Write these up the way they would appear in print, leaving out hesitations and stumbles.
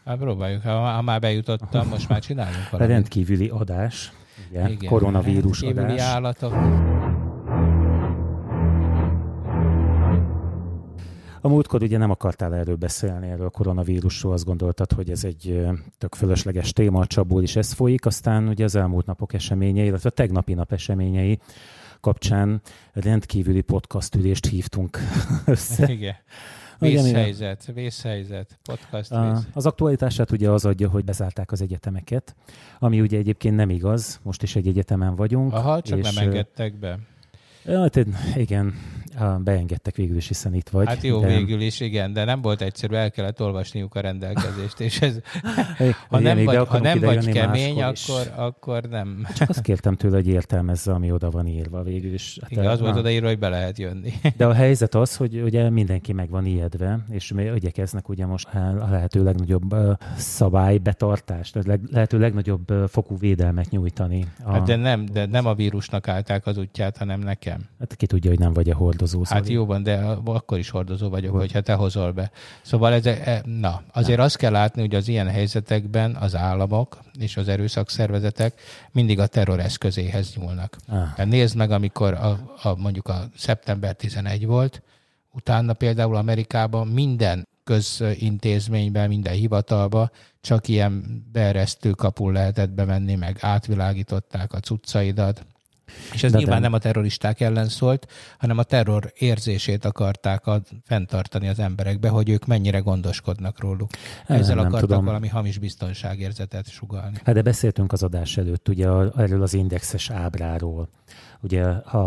Hát próbáljuk, ha már bejutottam, most már csinálunk valamit. Rendkívüli adás, ugye? Igen, koronavírus rendkívüli adás. Állatok. A múltkor ugye nem akartál erről beszélni, erről a koronavírusról, azt gondoltad, hogy ez egy tök fölösleges téma, a csapból is ez folyik, aztán ugye az elmúlt napok eseményei, illetve a tegnapi nap eseményei kapcsán rendkívüli podcast ülést hívtunk össze. Igen. Vészhelyzet, podcast vész. Az aktualitását ugye az adja, hogy bezárták az egyetemeket, ami ugye egyébként nem igaz, most is egy egyetemen vagyunk. Aha, csak nem engedtek be. Hát igen, beengedtek végül is, hiszen itt vagy. Hát jó, végül is, igen, de nem volt egyszerű, el kellett olvasniuk a rendelkezést, és ez, ha nem vagy kemény, akkor nem. Csak azt kértem tőle, hogy értelmezze, ami oda van írva végül is. Hát igen, az volt odaírva, hogy be lehet jönni. De a helyzet az, hogy ugye mindenki meg van ijedve, és igyekeznek ugye most a lehető legnagyobb szabálybetartást, lehető legnagyobb fokú védelmet nyújtani. Hát de nem a vírusnak állták az útját, hanem nekem. Hát ki tudja, hogy nem vagy a hordozó. Hát jóban, de akkor is hordozó vagyok, hogyha te hozol be. Szóval azért azt kell látni, hogy az ilyen helyzetekben az államok és az erőszakszervezetek mindig a terror eszközéhez nyúlnak. Hát nézd meg, amikor mondjuk a szeptember 11 volt, utána például Amerikában minden közintézményben, minden hivatalba csak ilyen beeresztő kapun lehetett bemenni, meg átvilágították a cuccaidat. És ez nyilván nem a terroristák ellen szólt, hanem a terror érzését akarták fenntartani az emberekbe, hogy ők mennyire gondoskodnak róluk. Ezzel akartak valami hamis biztonságérzetet sugallni. Hát de beszéltünk az adás előtt ugye erről az indexes ábráról. Ugye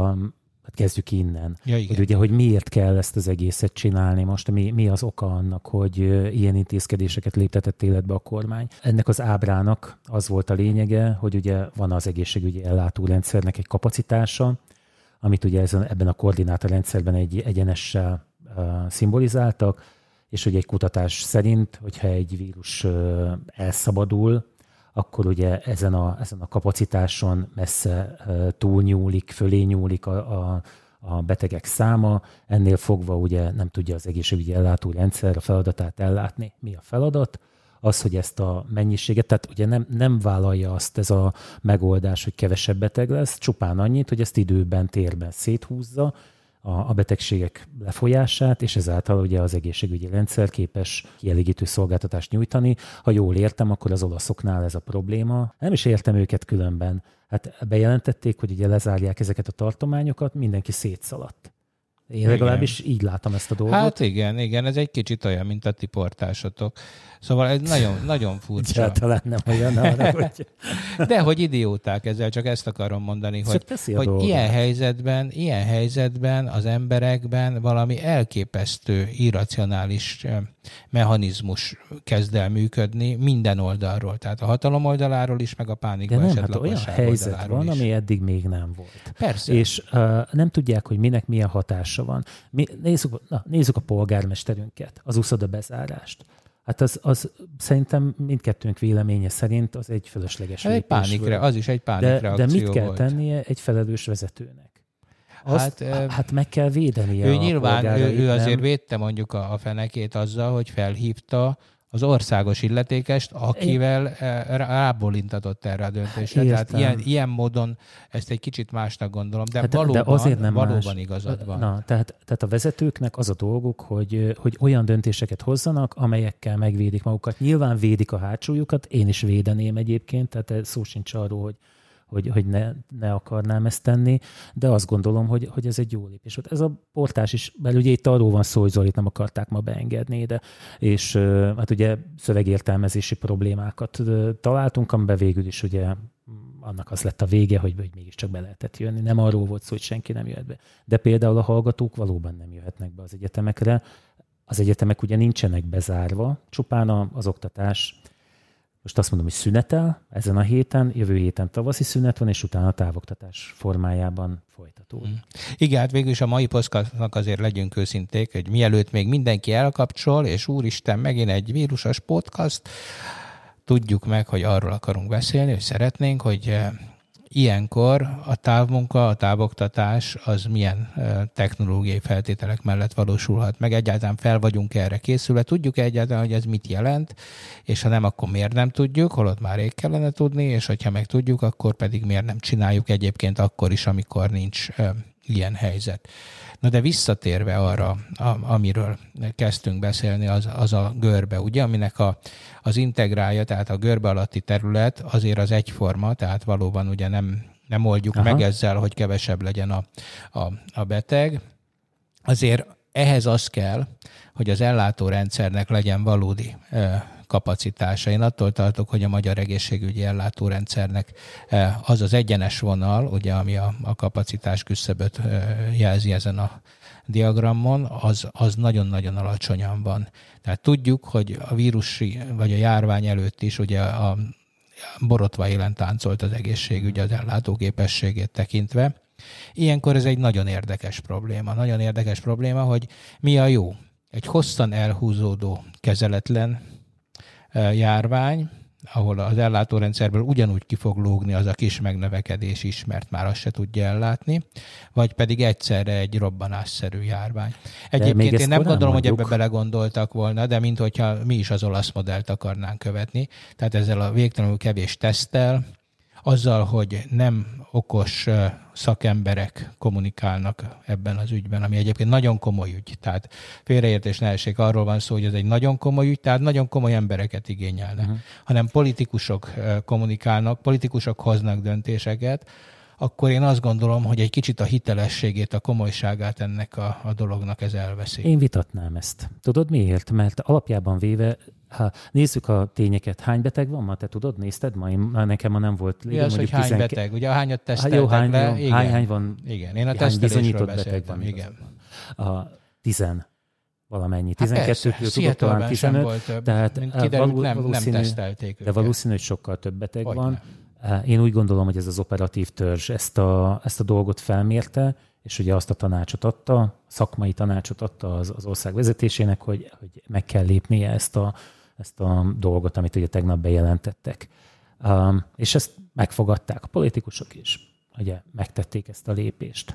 kezdjük innen. Ja, hogy miért kell ezt az egészet csinálni most, mi az oka annak, hogy ilyen intézkedéseket léptetett életbe a kormány. Ennek az ábrának az volt a lényege, hogy ugye van az egészségügyi ellátórendszernek egy kapacitása, amit ugye ebben a koordinátorrendszerben egy egyenessel szimbolizáltak, és ugye egy kutatás szerint, hogyha egy vírus elszabadul, akkor ugye ezen a kapacitáson messze túlnyúlik, fölé nyúlik a betegek száma, ennél fogva ugye nem tudja az egészségügyi ellátórendszer a feladatát ellátni. Mi a feladat? Az, hogy ezt a mennyiséget, tehát ugye nem vállalja azt ez a megoldás, hogy kevesebb beteg lesz, csupán annyit, hogy ezt időben, térben széthúzza, a betegségek lefolyását, és ezáltal ugye az egészségügyi rendszer képes kielégítő szolgáltatást nyújtani. Ha jól értem, akkor az olaszoknál ez a probléma. Nem is értem őket különben. Hát bejelentették, hogy ugye lezárják ezeket a tartományokat, mindenki szétszaladt. Én legalábbis így látom ezt a dolgot. Hát igen, ez egy kicsit olyan, mint a ti portásotok. Szóval ez nagyon, nagyon furcsa. Egyáltalán nem olyan arra, hogy... De hogy idióták ezzel, csak ezt akarom mondani, hogy ilyen helyzetben az emberekben valami elképesztő, irracionális mechanizmus kezd el működni minden oldalról. Tehát a hatalom oldaláról is, meg a pánikba esett lakosság oldaláról is. Olyan helyzet van, ami eddig még nem volt. Persze. És nem tudják, hogy minek milyen hatása van. Nézzük a polgármesterünket, az uszoda bezárást. Hát az szerintem mindkettőnk véleménye szerint az egy fölösleges lépés. Az is egy pánikreakció de mit kell volt. tennie egy felelős vezetőnek? Hát meg kell védenie ő nyilván, ő azért védte mondjuk a fenekét azzal, hogy felhívta az országos illetékest, akivel rábólintatott erre a döntésre. Tehát ilyen módon ezt egy kicsit másnak gondolom, de valóban igazad van. Tehát a vezetőknek az a dolguk, hogy olyan döntéseket hozzanak, amelyekkel megvédik magukat. Nyilván védik a hátsójukat, én is védeném egyébként, tehát szó sincs arról, hogy ne akarnám ezt tenni, de azt gondolom, hogy ez egy jó lépés volt. Ez a portás is, mert ugye itt arról van szó, hogy Zolit nem akarták ma beengedni, és hát ugye szövegértelmezési problémákat találtunk, amiben végül is ugye annak az lett a vége, hogy mégiscsak be lehetett jönni. Nem arról volt szó, hogy senki nem jöhet be. De például a hallgatók valóban nem jöhetnek be az egyetemekre. Az egyetemek ugye nincsenek bezárva, csupán az oktatás. Most azt mondom, hogy szünetel ezen a héten, jövő héten tavaszi szünet van, és utána a távoktatás formájában folytatódik. Igen, hát végül is a mai podcastnak azért legyünk őszinték, hogy mielőtt még mindenki elkapcsol, és úristen, megint egy vírusos podcast, tudjuk meg, hogy arról akarunk beszélni, hogy szeretnénk, hogy ilyenkor a távmunka, a távoktatás az milyen technológiai feltételek mellett valósulhat meg. Egyáltalán fel vagyunk erre készülve, tudjuk egyáltalán, hogy ez mit jelent, és ha nem, akkor miért nem tudjuk, holott már rég kellene tudni, és hogyha meg tudjuk, akkor pedig miért nem csináljuk egyébként akkor is, amikor nincs ilyen helyzet. Na de visszatérve arra, amiről kezdtünk beszélni, az a görbe, ugye, aminek az integrálja, tehát a görbe alatti terület azért az egyforma, tehát valóban ugye nem oldjuk meg ezzel, hogy kevesebb legyen a beteg. Azért ehhez az kell, hogy az ellátórendszernek legyen valódi kapacitása. Én attól tartok, hogy a magyar egészségügyi ellátórendszernek az az egyenes vonal, ugye, ami a kapacitás küszöböt jelzi ezen a diagramon, az nagyon-nagyon alacsonyan van. Tehát tudjuk, hogy a vírusi vagy a járvány előtt is ugye a borotva élen táncolt az egészségügy az ellátóképességét tekintve. Ilyenkor ez egy nagyon érdekes probléma. Nagyon érdekes probléma, hogy mi a jó. Egy hosszan elhúzódó, kezeletlen járvány, ahol az ellátórendszerből ugyanúgy ki fog lógni az a kis megnövekedés is, mert már azt se tudja ellátni, vagy pedig egyszerre egy robbanásszerű járvány. Egyébként én nem gondolom, hogy ebbe belegondoltak volna, de minthogyha mi is az olasz modellt akarnánk követni, tehát ezzel a végtelenül kevés teszttel, azzal, hogy nem okos szakemberek kommunikálnak ebben az ügyben, ami egyébként nagyon komoly ügy. Tehát félreértés ne essék, arról van szó, hogy ez egy nagyon komoly ügy, tehát nagyon komoly embereket igényelne. Hanem politikusok kommunikálnak, politikusok hoznak döntéseket, akkor én azt gondolom, hogy egy kicsit a hitelességét, a komolyságát ennek a dolognak ez elveszi. Én vitatnám ezt. Tudod miért? Mert alapjában véve, ha nézzük a tényeket, hány beteg van ma? Te tudod, nézted ma? Nekem ma nem volt. Mi az, hogy hány beteg? Ugye hányat teszteltek le? Hány van? Igen, én a tesztelésről beszéltem. Igen. A 10 valamennyi. 12-től tudok, talán 15. Tehát kiderült, nem tesztelték őket. De valószínű, hogy sokkal több beteg van. Én úgy gondolom, hogy ez az operatív törzs ezt a dolgot felmérte, és ugye azt a tanácsot adta, szakmai tanácsot adta az ország vezetésének, hogy meg kell lépnie ezt a dolgot, amit ugye tegnap bejelentettek. És ezt megfogadták a politikusok is, ugye megtették ezt a lépést.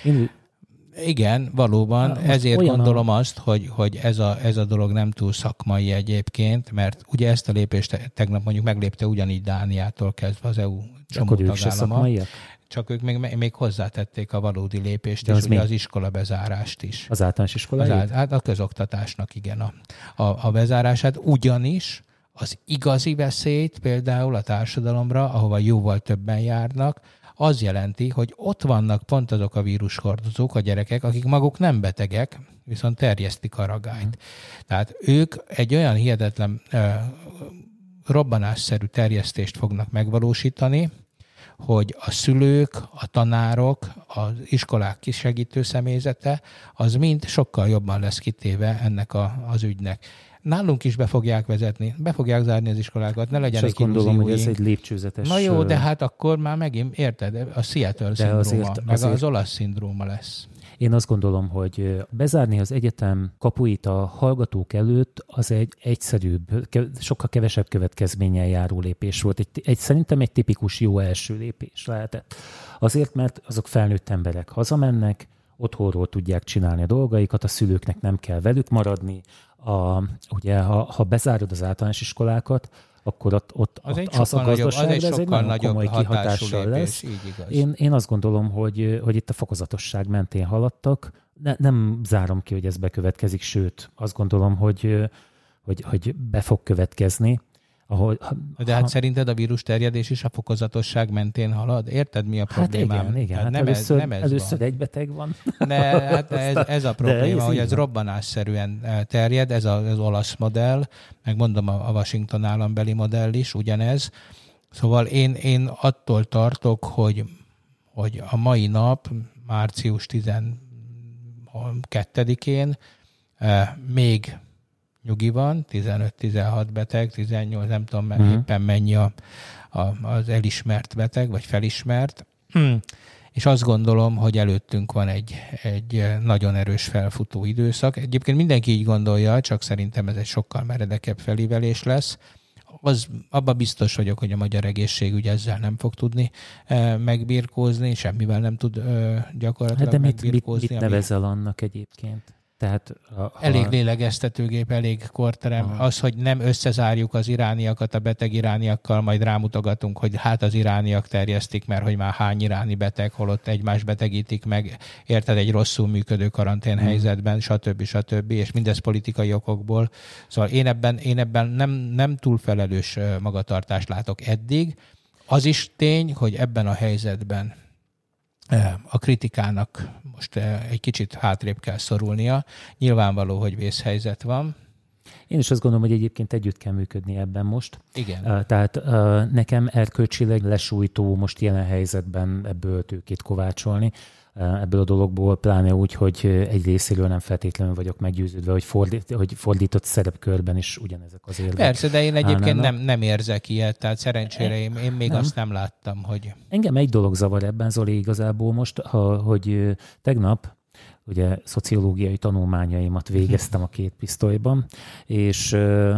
Igen, valóban. Ezért gondolom azt, hogy ez a dolog nem túl szakmai egyébként, mert ugye ezt a lépést tegnap mondjuk meglépte ugyanígy Dániától kezdve az EU csomó tagállama. Csak ők még hozzátették a valódi lépést, és ugye az iskola bezárást is. Az általános iskolai? Hát a közoktatásnak igen a bezárását, ugyanis az igazi veszélyt például a társadalomra, ahova jóval többen járnak, az jelenti, hogy ott vannak pont azok a vírushordozók, a gyerekek, akik maguk nem betegek, viszont terjesztik a ragályt. Tehát ők egy olyan hihetetlen robbanásszerű terjesztést fognak megvalósítani, hogy a szülők, a tanárok, az iskolák kisegítő személyzete, az mind sokkal jobban lesz kitéve ennek az ügynek. Nálunk is be fogják vezetni, be fogják zárni az iskolákat, ne legyenek illúzióink. Azt gondolom, hogy ez egy lépcsőzetes... Na jó, de hát akkor már megint, érted, a Seattle szindróma, meg az olasz szindróma lesz. Én azt gondolom, hogy bezárni az egyetem kapuit a hallgatók előtt az egy egyszerűbb, sokkal kevesebb következménnyel járó lépés volt. Szerintem egy tipikus jó első lépés lehetett. Azért, mert azok felnőtt emberek hazamennek, otthonról tudják csinálni a dolgaikat, a szülőknek nem kell velük maradni. Ugye, ha bezárod az általános iskolákat, akkor ott az a gazdaságra ez egy nagyon komoly kihatással lesz. Én azt gondolom, hogy itt a fokozatosság mentén haladtak. Nem zárom ki, hogy ez bekövetkezik, sőt, azt gondolom, hogy be fog következni. De hát szerinted a vírus terjedés is a fokozatosság mentén halad? Érted, mi a problémám? Hát igen. Hát először egy beteg van. Hát ez a probléma, hogy ez robbanásszerűen terjed, ez az olasz modell, meg mondom a Washington állambeli modell is ugyanez. Szóval én attól tartok, hogy a mai nap, március 12-én még nyugi van, 15-16 beteg, 18, nem tudom éppen mennyi az elismert beteg, vagy felismert. És azt gondolom, hogy előttünk van egy nagyon erős felfutó időszak. Egyébként mindenki így gondolja, csak szerintem ez egy sokkal meredekebb felívelés lesz. abban biztos vagyok, hogy a magyar egészségügy ezzel nem fog tudni megbirkózni, semmivel nem tud gyakorlatilag megbirkózni. Mit nevezel annak egyébként? Tehát elég lélegeztetőgép, elég korterem. Az, hogy nem összezárjuk az irániakat a beteg irániakkal, majd rámutogatunk, hogy hát az irániak terjesztik, mert hogy már hány iráni beteg, holott egymást betegítik meg, érted, egy rosszul működő karantén helyzetben, stb. És mindez politikai okokból. Szóval én ebben nem túl felelős magatartást látok eddig. Az is tény, hogy ebben a helyzetben a kritikának most egy kicsit hátrébb kell szorulnia. Nyilvánvaló, hogy vészhelyzet van. Én is azt gondolom, hogy egyébként együtt kell működni ebben most. Igen. Tehát nekem erkölcsileg lesújtó most jelen helyzetben ebből tőkét kovácsolni. Ebből a dologból, pláne úgy, hogy egy részéről nem feltétlenül vagyok meggyőződve, hogy fordított szerepkörben is ugyanezek az érvek. Persze, de én egyébként nem érzek ilyet, tehát szerencsére én még azt nem láttam, hogy... Engem egy dolog zavar ebben, Zoli, igazából most, hogy tegnap ugye szociológiai tanulmányaimat végeztem a két pisztolyban, és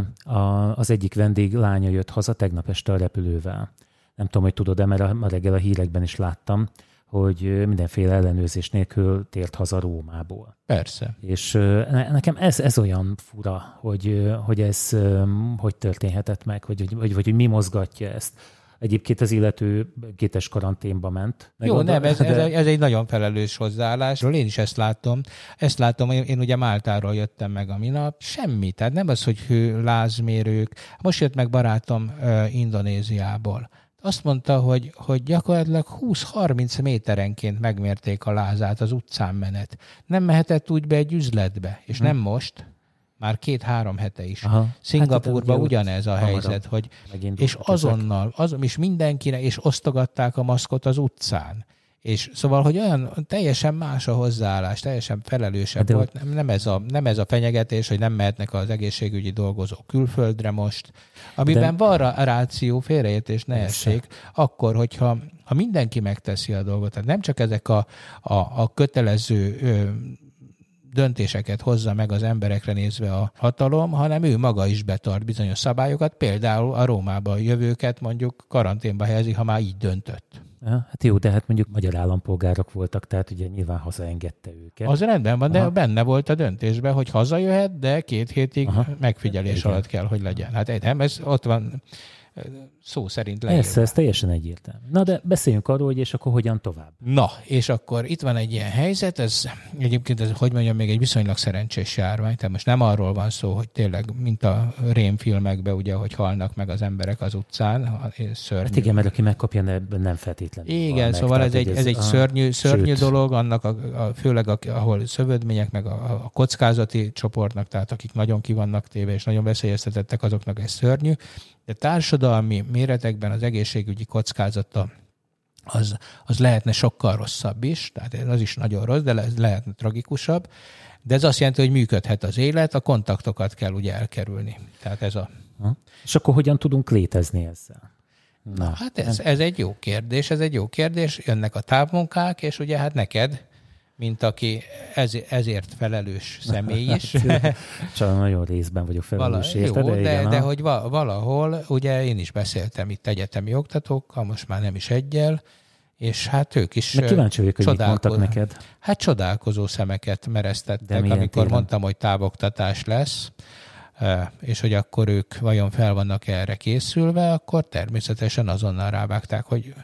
az egyik vendég lánya jött haza tegnap este a repülővel. Nem tudom, hogy tudod-e, mert ma reggel a hírekben is láttam, hogy mindenféle ellenőrzés nélkül tért haza Rómából. Persze. És nekem ez olyan fura, hogy ez hogy történhetett meg, hogy mi mozgatja ezt. Egyébként az illető 2 karanténba ment. Jó, nem, ez egy nagyon felelős hozzáállás. Én is ezt látom. Én ugye Máltáról jöttem meg a minap. Semmi, tehát nem az, hogy lázmérők. Most jött meg barátom Indonéziából. Azt mondta, hogy gyakorlatilag 20-30 méterenként megmérték a lázát az utcán menet. Nem mehetett úgy be egy üzletbe, és nem most, már 2-3 hete is. Szingapúrban ugyanez a helyzet, hogy és azonnal, és mindenkinek, és osztogatták a maszkot az utcán. És szóval, hogy olyan teljesen más a hozzáállás, teljesen felelősebb volt. Nem ez a fenyegetés, hogy nem mehetnek az egészségügyi dolgozók külföldre most. Amiben van ráció, félreértés ne essék, akkor, hogyha mindenki megteszi a dolgot, tehát nem csak ezek a kötelező döntéseket hozza meg az emberekre nézve a hatalom, hanem ő maga is betart bizonyos szabályokat, például a Rómába jövőket mondjuk karanténba helyezi, ha már így döntött. Hát jó, de hát mondjuk magyar állampolgárok voltak, tehát ugye nyilván hazaengedte őket. Az rendben van, de benne volt a döntésben, hogy hazajöhet, de 2 hétig megfigyelés alatt kell, hogy legyen. Hát nem, ez ott van szó szerint leírva. Ez teljesen egyértelmű. Na de beszéljünk arról, hogy és akkor hogyan tovább. Na, és akkor itt van egy ilyen helyzet, ez hogy mondjam, még egy viszonylag szerencsés járvány, tehát most nem arról van szó, hogy tényleg, mint a rémfilmekben, ugye, hogy halnak meg az emberek az utcán, szörnyű. Hát igen, mert aki megkapja, nem feltétlenül. Igen, szóval ez egy szörnyű dolog, annak főleg ahol szövődmények, meg a kockázati csoportnak, tehát akik nagyon ki vannak téve és nagyon veszélyeztetettek, azoknak ez szörnyű. De társadalmi méretekben az egészségügyi kockázata az lehetne sokkal rosszabb is, tehát az is nagyon rossz, de ez lehetne tragikusabb. De ez azt jelenti, hogy működhet az élet, a kontaktokat kell ugye elkerülni. Tehát ez a... És akkor hogyan tudunk létezni ezzel? Na hát ez egy jó kérdés, jönnek a távmunkák, és ugye hát neked, mint aki ezért felelős személy is. Csak nagyon részben vagyok felelős érte, de hogy valahol, ugye én is beszéltem itt egyetemi oktatókkal, most már nem is egyel, és hát ők is kíváncsi vagyok, hogy mit mondtak neked. Hát csodálkozó szemeket meresztettek, amikor mondtam, hogy távoktatás lesz, és hogy akkor ők vajon fel vannak erre készülve, akkor természetesen azonnal rávágták, hogy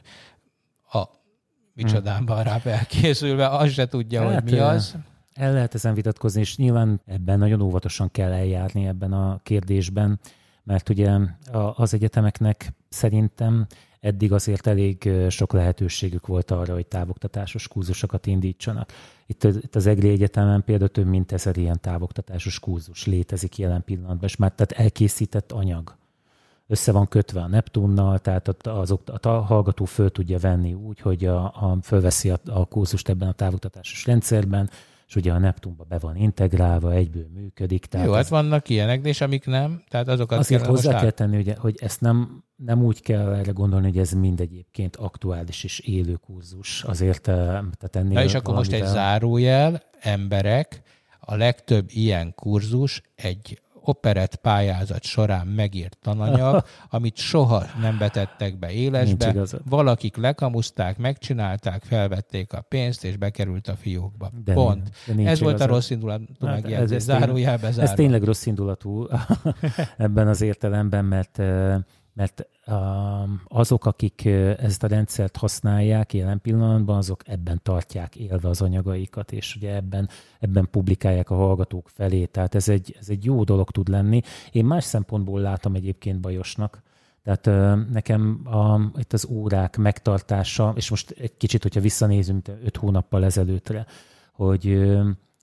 micsodámban rá felkészülve, az se tudja, hogy mi az. El lehet ezen vitatkozni, és nyilván ebben nagyon óvatosan kell eljárni ebben a kérdésben, mert ugye az egyetemeknek szerintem eddig azért elég sok lehetőségük volt arra, hogy távoktatásos kurzusokat indítsanak. Itt az EGRI Egyetemen például több mint 1000 ilyen távoktatásos kurzus létezik jelen pillanatban, és már tehát elkészített anyag össze van kötve a Neptunnal, tehát a hallgató föl tudja venni úgy, hogy fölveszi a kurzust ebben a távoktatásos rendszerben, és ugye a Neptunba be van integrálva, egyből működik. Tehát jó, hát vannak ilyenek, és amik nem, tehát azokat azért hozzá kell tenni, ugye, hogy ezt nem úgy kell erre gondolni, hogy ez mind egyébként aktuális és élő kurzus. Azért tehát ennél... Na és akkor most egy zárójel, emberek, a legtöbb ilyen kurzus egy operett pályázat során megírt tananyag, amit soha nem vetettek be élesbe. Valakik lekamuszták, megcsinálták, felvették a pénzt, és bekerült a fiókba. Pont. Ez volt a rossz indulatú megjegyzés. Zárójelbe zárva. Ez tényleg rossz indulatú ebben az értelemben, mert azok, akik ezt a rendszert használják jelen pillanatban, azok ebben tartják élve az anyagaikat, és ugye ebben publikálják a hallgatók felé. Tehát ez egy jó dolog tud lenni. Én más szempontból látom egyébként bajosnak. Tehát nekem itt az órák megtartása, és most egy kicsit, hogyha visszanézünk 5 hónappal ezelőttre, hogy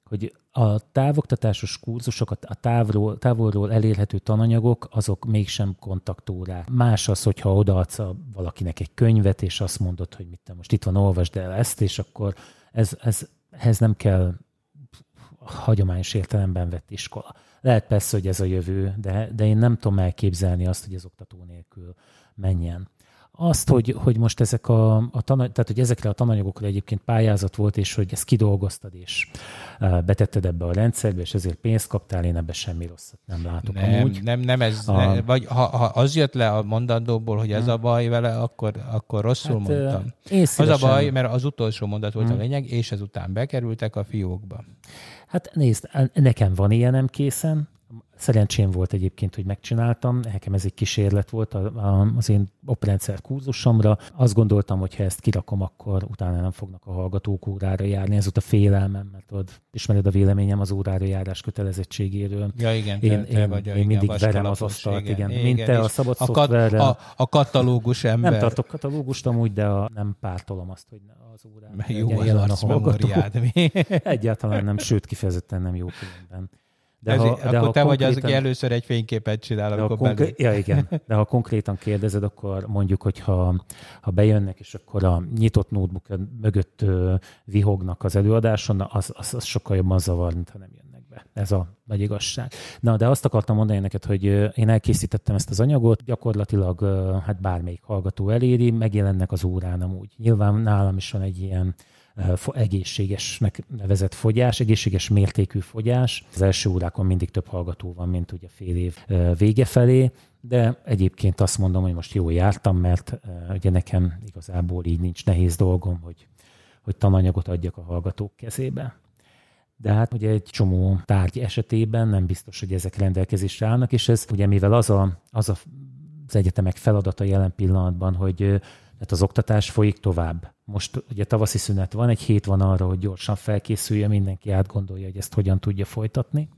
a távoktatásos kurzusok, a távolról elérhető tananyagok, azok mégsem kontaktórák. Más az, hogyha odaadsz valakinek egy könyvet, és azt mondod, hogy most itt van, olvasd el ezt, és akkor ez nem kell hagyományos értelemben vett iskola. Lehet persze, hogy ez a jövő, de én nem tudom elképzelni azt, hogy az oktató nélkül menjen. Azt, hogy most tehát hogy ezekre a tananyagokra egyébként pályázat volt, és hogy ezt kidolgoztad, és betetted ebbe a rendszerbe, és ezért pénzt kaptál, én ebbe semmi rosszat nem látok amúgy. Nem ez, vagy ha az jött le a mondandóból, hogy ez a baj vele, akkor rosszul mondtam. Az a baj, mert az utolsó mondat volt a lényeg, és ezután bekerültek a fiókba. Hát nézd, nekem van ilyenem készen. Szerencsém volt egyébként, hogy megcsináltam. Nekem ez egy kísérlet volt az én oprendszer kurzusomra. Azt gondoltam, hogy ha ezt kirakom, akkor utána nem fognak a hallgatók órára járni. Ez ott a félelmem, mert ismered a véleményem az órára járás kötelezettségéről. Ja, igen, én mindig verem az asztalt, igen. Mint te a szabad szoftverrel. A katalógus ember. Nem tartok katalógust amúgy, de nem pártolom azt, hogy az órán jó az arcmemóriád. Egyáltalán nem, sőt kifejezetten nem jó különben. Akkor te vagy az, aki először egy fényképet csinál, amikor Ja, igen. De ha konkrétan kérdezed, akkor mondjuk, hogy ha bejönnek, és akkor a nyitott notebook mögött vihognak az előadáson, az sokkal jobban zavar, mint ha nem jönnek be. Ez a nagy igazság. Na, de azt akartam mondani neked, hogy én elkészítettem ezt az anyagot, gyakorlatilag hát bármelyik hallgató eléri, megjelennek az órán amúgy. Nyilván nálam is van egy ilyen egészségesnek nevezett fogyás, egészséges mértékű fogyás. Az első órákon mindig több hallgató van, mint ugye fél év vége felé, de egyébként azt mondom, hogy most jól jártam, mert ugye nekem igazából így nincs nehéz dolgom, hogy tananyagot adjak a hallgatók kezébe. De hát ugye egy csomó tárgy esetében nem biztos, hogy ezek rendelkezésre állnak, és ez ugye mivel az egyetemek feladata jelen pillanatban, hogy tehát az oktatás folyik tovább. Most ugye tavaszi szünet van, egy hét van arra, hogy gyorsan felkészülje, mindenki átgondolja, hogy ezt hogyan tudja folytatni,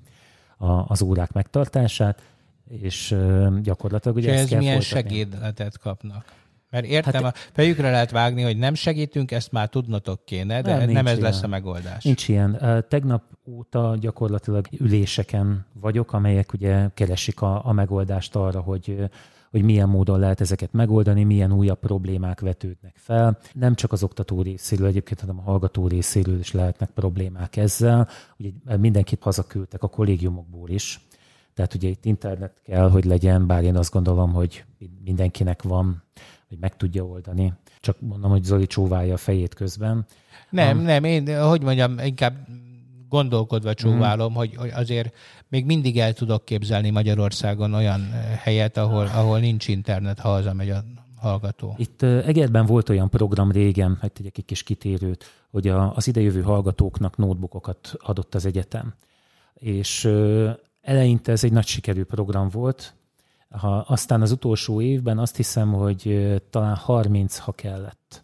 az órák megtartását, és gyakorlatilag ugye ezt kell milyen folytatni. segédletet kapnak? Mert értem, a fejükre lehet vágni, hogy nem segítünk, ezt már tudnotok kéne, de nem ez lesz a megoldás. Nincs ilyen. Tegnap óta gyakorlatilag üléseken vagyok, amelyek ugye keresik a megoldást arra, hogy milyen módon lehet ezeket megoldani, milyen újabb problémák vetődnek fel. Nem csak az oktató részéről egyébként, hanem a hallgató részéről is lehetnek problémák ezzel. Ugye mindenkit hazaküldtek a kollégiumokból is. Tehát ugye itt internet kell, hogy legyen, bár én azt gondolom, hogy mindenkinek van, hogy meg tudja oldani. Csak mondom, hogy Zoli csóválja a fejét közben. Nem, én, hogy mondjam, inkább gondolkodva csóválom, hogy azért még mindig el tudok képzelni Magyarországon olyan helyet, ahol nincs internet, ha hazamegy a hallgató. Itt Egerben volt olyan program régen, hogy tegyek egy kis kitérőt, hogy az idejövő hallgatóknak notebookokat adott az egyetem. És eleinte ez egy nagy sikerű program volt, aztán az utolsó évben azt hiszem, hogy talán 30, ha kellett.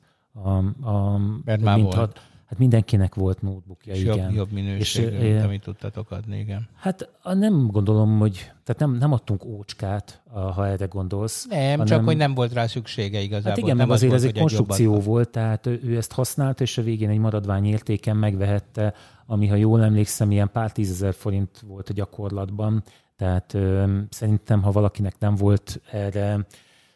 Mert már volt. Hát mindenkinek volt notebookja, és igen. Jobb minőségű, mint amit tudtatok adni, igen. Hát nem gondolom, hogy... Tehát nem adtunk ócskát, ha erre gondolsz. Nem, csak hogy nem volt rá szüksége igazából. Hát igen, nem azért ez egy konstrukció volt, tehát ő ezt használta, és a végén egy maradvány értéken megvehette, ami, ha jól emlékszem, ilyen pár 10 000 forint volt a gyakorlatban. Tehát szerintem, ha valakinek nem volt erre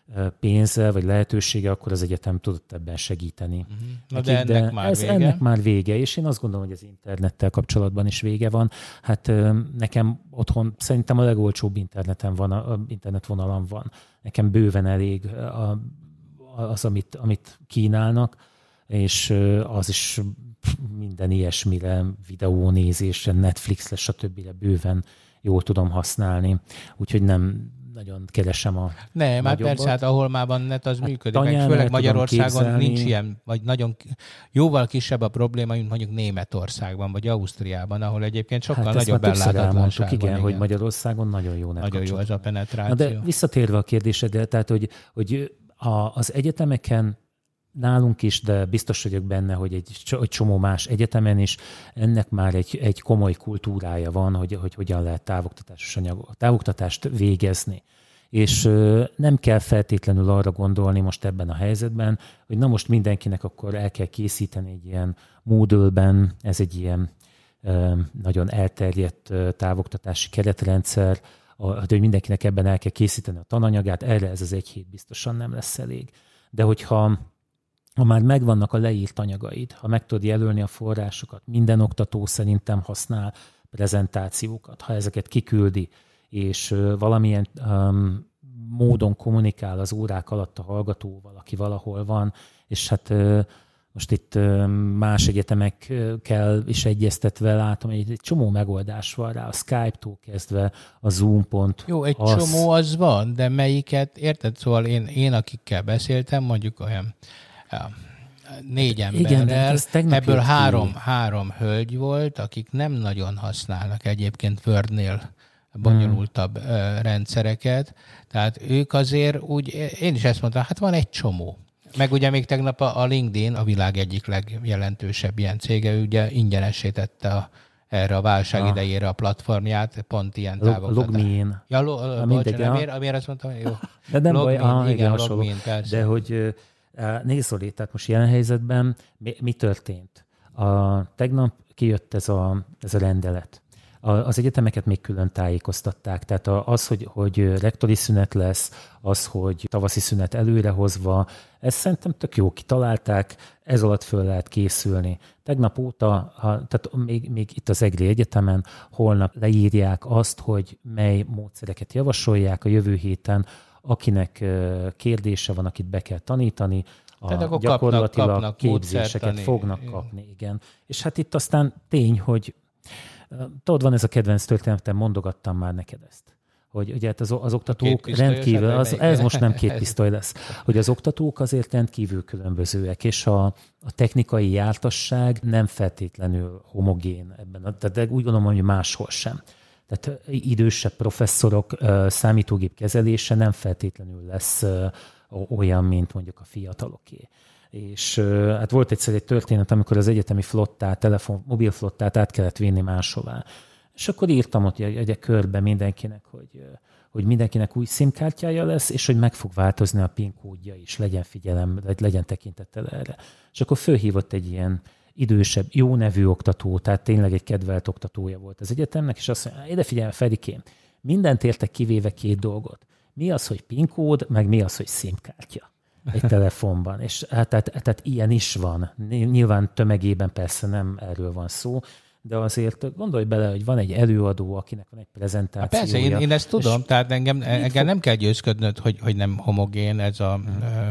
pénze vagy lehetősége, akkor az egyetem tudott ebben segíteni. Na de ennek már vége. Ennek már vége, és én azt gondolom, hogy az internettel kapcsolatban is vége van. Hát nekem otthon szerintem a legolcsóbb internetvonalam van. Nekem bőven elég az, amit kínálnak, és az is minden ilyesmire, videónézésre, Netflixre, stb. Bőven jól tudom használni. Úgyhogy nem nagyon keresem a nem, már persze, hát ahol már van net, az működik. Meg főleg Magyarországon nincs ilyen, vagy nagyon jóval kisebb a probléma, mint mondjuk Németországban, vagy Ausztriában, ahol egyébként sokkal nagyobb ellátatlanság van. Igen, hogy Magyarországon nagyon jó net. Nagyon jó ez a penetráció. Na de visszatérve a kérdésedre, tehát hogy az egyetemeken nálunk is, de biztos vagyok benne, hogy egy csomó más egyetemen is ennek már egy komoly kultúrája van, hogy hogyan lehet távoktatást végezni. És nem kell feltétlenül arra gondolni most ebben a helyzetben, hogy na most mindenkinek akkor el kell készíteni egy ilyen Moodle-ben, ez egy ilyen nagyon elterjedt távoktatási keretrendszer, hogy mindenkinek ebben el kell készíteni a tananyagát, erre ez az egy hét biztosan nem lesz elég. De hogyha már megvannak a leírt anyagaid, ha meg tudod jelölni a forrásokat, minden oktató szerintem használ prezentációkat, ha ezeket kiküldi, és valamilyen módon kommunikál az órák alatt a hallgatóval, aki valahol van, és hát most itt más egyetemekkel is egyeztetve látom, hogy egy csomó megoldás van rá, a Skype-tól kezdve, a Zoom-pont. Jó, egy csomó az van, de melyiket, érted? Szóval én akikkel beszéltem, mondjuk olyan 4 emberrel, igen, ebből három hölgy volt, akik nem nagyon használnak egyébként Wordnél bonyolultabb rendszereket. Tehát ők azért úgy, én is ezt mondtam, hát van egy csomó. Meg ugye még tegnap a LinkedIn, a világ egyik legjelentősebb ilyen cége, ugye ingyenessé tette erre a válság idejére a platformját, pont ilyen távoktatás. LogMeIn. Miért azt mondtam? Jó. De nem baj, igen, LogMeIn, persze. De hogy nézd, Zoli, tehát most jelen helyzetben mi történt? Tegnap kijött ez a rendelet. Az egyetemeket még külön tájékoztatták. Tehát az, hogy rektori szünet lesz, az, hogy tavaszi szünet előrehozva, ezt szerintem tök jó kitalálták, ez alatt föl lehet készülni. Tegnap óta, tehát még itt az EGRI Egyetemen holnap leírják azt, hogy mely módszereket javasolják a jövő héten, akinek kérdése van, akit be kell tanítani, gyakorlatilag kapnak képzéseket fognak kapni. Igen. És hát itt aztán tény, hogy tudod, van ez a kedvenc történetem, mondogattam már neked ezt. Hogy ugye hát az oktatók rendkívül, ez most nem 2 pisztoly lesz, hogy az oktatók azért rendkívül különbözőek, és a technikai jártasság nem feltétlenül homogén ebben, de úgy gondolom, hogy máshol sem. Tehát idősebb professzorok számítógép kezelése nem feltétlenül lesz olyan, mint mondjuk a fiataloké. És hát volt egyszer egy történet, amikor az egyetemi flottát, mobilflottát át kellett vinni máshová. És akkor írtam ott egy körbe mindenkinek, hogy mindenkinek új SIM-kártyája lesz, és hogy meg fog változni a PIN kódja is, legyen tekintettel erre. És akkor fölhívott egy ilyen idősebb, jó nevű oktató, tehát tényleg egy kedvelt oktatója volt az egyetemnek, és azt mondja, ide figyelj, Ferikém, mindent értek kivéve 2 dolgot. Mi az, hogy PIN kód, meg mi az, hogy SIM-kártya egy telefonban. És tehát ilyen is van. Nyilván tömegében persze nem erről van szó, de azért gondolj bele, hogy van egy előadó, akinek van egy prezentációja. Persze, én ezt tudom, tehát engem nem kell győzködnöd, hogy nem homogén ez a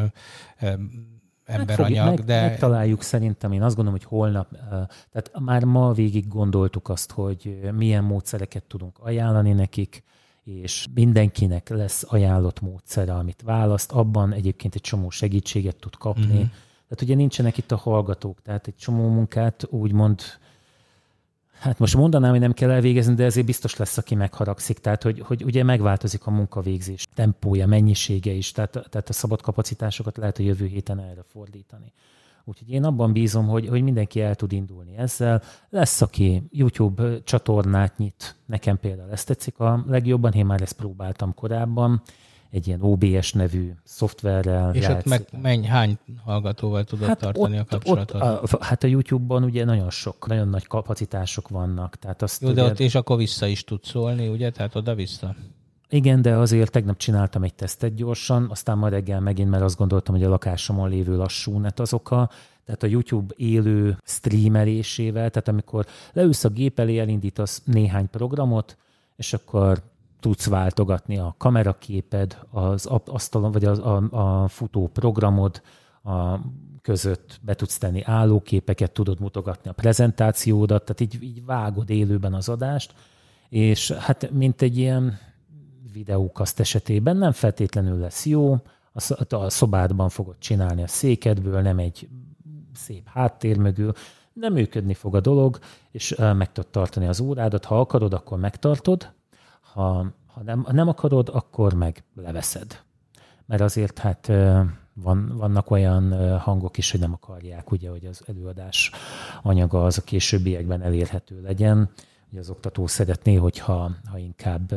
emberanyag, de... Megtaláljuk szerintem, én azt gondolom, hogy holnap, tehát már ma végig gondoltuk azt, hogy milyen módszereket tudunk ajánlani nekik, és mindenkinek lesz ajánlott módszere, amit választ, abban egyébként egy csomó segítséget tud kapni. Mm-hmm. Tehát ugye nincsenek itt a hallgatók, tehát egy csomó munkát úgymond, hát most mondanám, hogy nem kell elvégezni, de ezért biztos lesz, aki megharagszik. Tehát, hogy ugye megváltozik a munkavégzés tempója, mennyisége is, tehát a szabad kapacitásokat lehet a jövő héten erre fordítani. Úgyhogy én abban bízom, hogy mindenki el tud indulni ezzel. Lesz, aki YouTube csatornát nyit. Nekem például ezt tetszik a legjobban, én már ezt próbáltam korábban, egy ilyen OBS nevű szoftverrel. És ott hány hallgatóval tudod tartani a kapcsolatot? Hát a YouTube-ban ugye nagyon nagy kapacitások vannak. Tehát azt jó, de ott és akkor vissza is tud szólni, ugye? Tehát oda-vissza. Igen, de azért tegnap csináltam egy tesztet gyorsan, aztán ma reggel megint, mert azt gondoltam, hogy a lakásomon lévő lassú net az oka. Tehát a YouTube élő streamelésével, tehát amikor leülsz a gép elé, elindítasz néhány programot, és akkor tudsz váltogatni a kameraképed, az asztalon, vagy a futó programod között be tudsz tenni állóképeket, tudod mutogatni a prezentációdat, tehát így vágod élőben az adást, és hát mint egy ilyen videókaszt esetében nem feltétlenül lesz jó, a szobádban fogod csinálni a székedből, nem egy szép háttér mögül, nem működni fog a dolog, és meg tudod tartani az órádat. Ha akarod, akkor megtartod, ha nem akarod, akkor meg leveszed. Mert azért hát vannak olyan hangok is, hogy nem akarják, ugye, hogy az előadás anyaga az a későbbiekben elérhető legyen. Ugye az oktató szeretné, hogyha inkább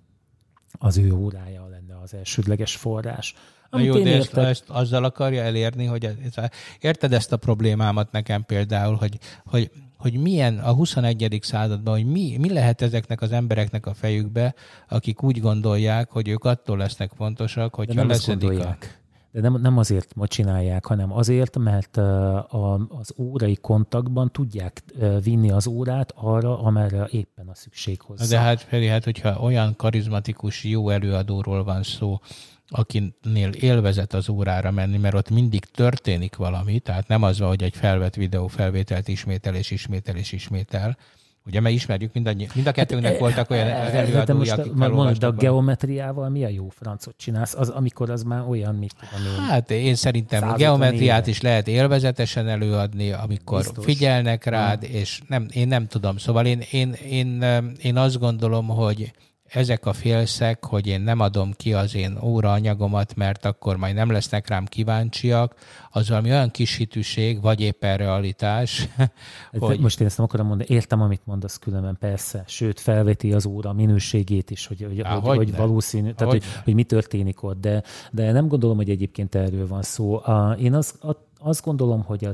az ő órája lenne az elsődleges forrás. Na jó, de ezt azzal akarja elérni, hogy érted ezt a problémámat nekem például, hogy milyen a 21. században, hogy mi lehet ezeknek az embereknek a fejükbe, akik úgy gondolják, hogy ők attól lesznek fontosak, hogyha leszedik De nem azért csinálják, hanem azért, mert az órai kontaktban tudják vinni az órát arra, amerre éppen a szükség hozzá. De hát Feri, hogyha olyan karizmatikus, jó előadóról van szó, akinél élvezet az órára menni, mert ott mindig történik valami, tehát nem az van, hogy egy felvett videófelvételt ismétel. Ugye, mert ismerjük, mind a kettőnknek voltak olyan előadói, akik felolvastak. De a geometriával mi a jó francot csinálsz? Amikor az már olyan, mit tudom én. Hát én szerintem a geometriát is lehet élvezetesen előadni, amikor biztos figyelnek rád, és én nem tudom. Szóval én azt gondolom, hogy ezek a félszek, hogy én nem adom ki az én óraanyagomat, mert akkor majd nem lesznek rám kíváncsiak, az valami olyan kis hitűség, vagy éppen realitás. Hogy... Most én ezt nem akarom mondani, értem, amit mondasz különben, persze, sőt, felveti az óra minőségét is, hogy valószínű, tehát hogy mi történik ott, de nem gondolom, hogy egyébként erről van szó. Én azt gondolom, hogy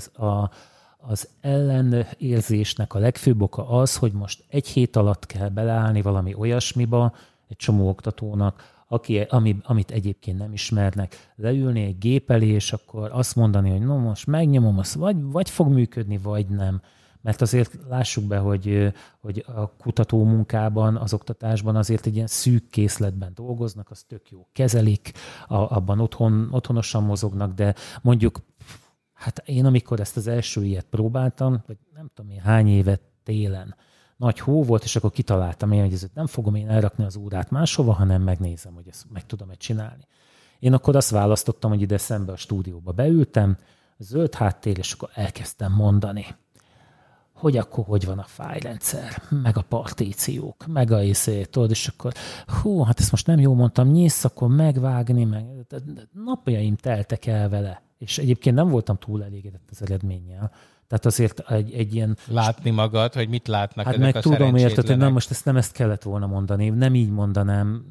az ellenérzésnek a legfőbb oka az, hogy most egy hét alatt kell beleállni valami olyasmiba, egy csomó oktatónak, amit egyébként nem ismernek, leülni egy gép elé, és akkor azt mondani, hogy no, most megnyomom, azt vagy fog működni, vagy nem. Mert azért lássuk be, hogy a kutató munkában, az oktatásban azért egy ilyen szűk készletben dolgoznak, az tök jó kezelik, abban otthonosan mozognak, de mondjuk hát én, amikor ezt az első ilyet próbáltam, vagy nem tudom én hány évet télen, nagy hó volt, és akkor kitaláltam én, hogy ezért nem fogom én elrakni az órát máshova, hanem megnézem, hogy ezt meg tudom-e csinálni. Én akkor azt választottam, hogy ide szembe a stúdióba beültem, zöld háttér, és akkor elkezdtem mondani, hogy akkor hogy van a fájlrendszer, meg a partíciók, meg a tudod, és akkor hát ezt most nem jól mondtam, nyisz, akkor megvágni, meg napjaim teltek el vele. És egyébként nem voltam túl elégedett az eredménnyel. Tehát azért egy ilyen... Látni magad, hogy mit látnak ezek meg a tudom, szerencsétlenek. érted, hogy most ezt kellett volna mondani. Nem így mondanám.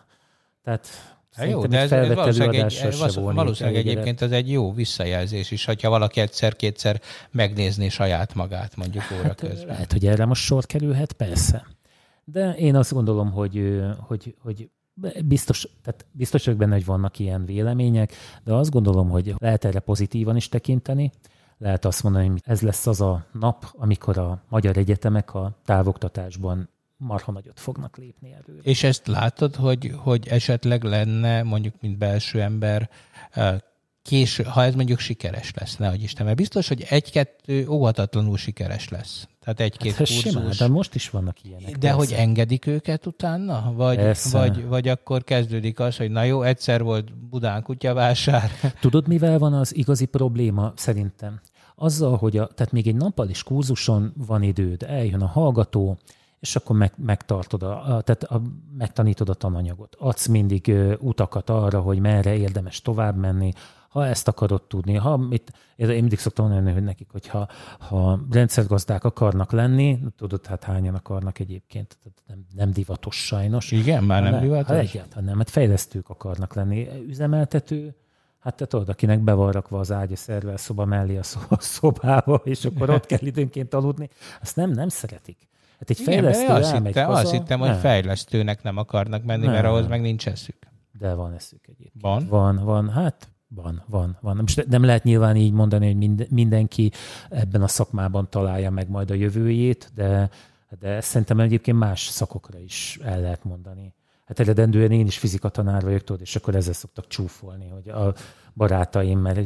Tehát jó, de ez valószínűleg egyébként ez egy jó visszajelzés is, hogyha valaki egyszer-kétszer megnézni saját magát, mondjuk óra közben. Lehet, hogy erre most sor kerülhet, persze. De én azt gondolom, hogy biztos vagyok benne, hogy vannak ilyen vélemények, de azt gondolom, hogy lehet erre pozitívan is tekinteni. Lehet azt mondani, hogy ez lesz az a nap, amikor a magyar egyetemek a távoktatásban marha nagyot fognak lépni előre. És ezt látod, hogy esetleg lenne, mondjuk, mint belső ember, késő, ha ez mondjuk sikeres lesz, nehogy Isten, mert biztos, hogy egy-kettő óhatatlanul sikeres lesz. Tehát egy-két kurzus. Simán, de most is vannak ilyenek. De persze. Hogy engedik őket utána? Vagy akkor kezdődik az, hogy na jó, egyszer volt Budán kutyavásár. Tudod, mivel van az igazi probléma szerintem? Azzal, hogy tehát még egy nappal is kurzuson van időd, eljön a hallgató, és akkor megtanítod a tananyagot. Adsz mindig utakat arra, hogy merre érdemes tovább menni, ha ezt akarod tudni. Én mindig szoktam mondani, hogy nekik, hogy ha rendszergazdák akarnak lenni, tudod, hát hányan akarnak egyébként, nem divatos sajnos. Igen, már nem divatos? Egyáltalán nem, mert fejlesztők akarnak lenni. Üzemeltető, hát te tudod, akinek be van rakva az ágy a szervelszoba mellé a szobába, és akkor ott kell időnként aludni, azt nem szeretik. Hát egy fejlesztő azt hittem, hogy fejlesztőnek nem akarnak menni, mert ahhoz meg nincs eszük. De van eszük egyébként. Van. Hát van. Most nem lehet nyilván így mondani, hogy mindenki ebben a szakmában találja meg majd a jövőjét, de szerintem egyébként más szakokra is el lehet mondani. Hát eredendően én is fizikatanár vagyok, tudod, és akkor ezzel szoktak csúfolni, hogy a barátaim, mert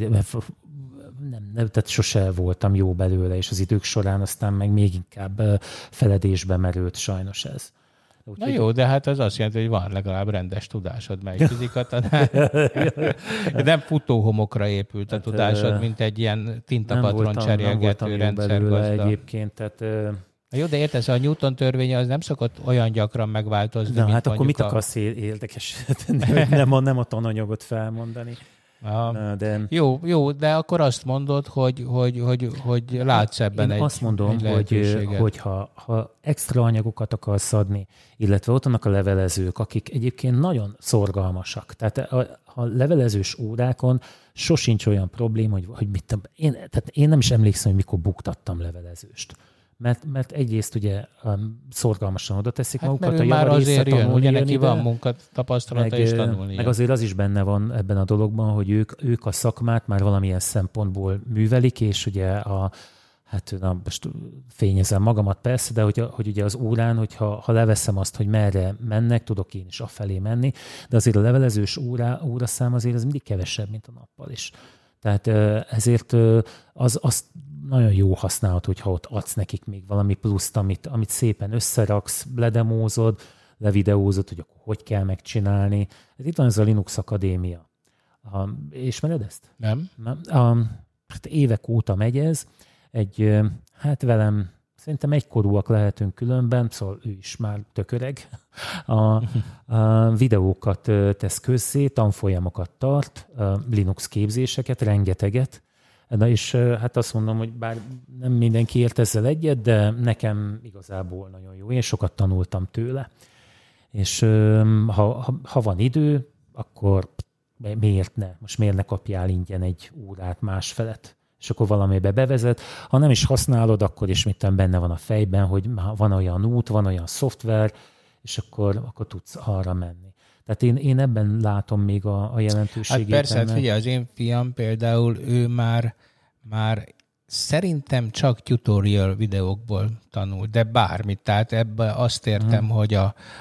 tehát sose voltam jó belőle, és az idők során aztán meg még inkább feledésbe merült sajnos ez. Na jó, de hát az azt jelenti, hogy van legalább rendes tudásod, mely fizikatanár. Nem futóhomokra épült a tudásod, mint egy ilyen tintapatron cserélgető rendszergazda. Egyébként, tehát... Jó, de értesz, a Newton törvénye az nem szokott olyan gyakran megváltozni, na, hát akkor mit akarsz érdekes? nem a tananyagot felmondani. De... Jó, de akkor azt mondod, hogy látsz ebben egy azt mondom, hogy ha extra anyagokat akarsz adni, illetve ott vannak a levelezők, akik egyébként nagyon szorgalmasak. Tehát a levelezős órákon sosincs olyan probléma, hogy mit tudom, én nem is emlékszem, hogy mikor buktattam levelezőst. Mert egyrészt ugye szorgalmasan oda teszik magukat, mert a már azért jön, ugye neki van munkatapasztalata és tanulni. Meg azért az is benne van ebben a dologban, hogy ők a szakmát már valamilyen szempontból művelik, és ugye most fényezem magamat persze, de hogy ugye az órán, hogyha leveszem azt, hogy merre mennek, tudok én is afelé menni, de azért a levelezős óraszám azért az mindig kevesebb, mint a nappal is. Tehát ezért az nagyon jó használhat, hogyha ott adsz nekik még valami pluszt, amit szépen összeraksz, ledemózod, levideózod, hogy akkor hogy kell megcsinálni. Itt van ez a Linux Akadémia. Ismered ezt? Nem. Hát évek óta megy ez. Velem szerintem egykorúak lehetünk különben, szóval ő is már tök öreg. A videókat tesz közzé, tanfolyamokat tart, Linux képzéseket, rengeteget. Na és hát azt mondom, hogy bár nem mindenki ért ezzel egyet, de nekem igazából nagyon jó. Én sokat tanultam tőle. És ha van idő, akkor miért ne? Most miért ne kapjál ingyen egy órát másfelet? És akkor valamibe bevezet. Ha nem is használod, akkor is benne van a fejben, hogy van olyan út, van olyan szoftver, és akkor tudsz arra menni. Tehát én ebben látom még a jelentőségét. Hát persze, figyelj, az én fiam például, ő már szerintem csak tutorial videókból tanul, de bármit. Tehát ebben azt értem, hogy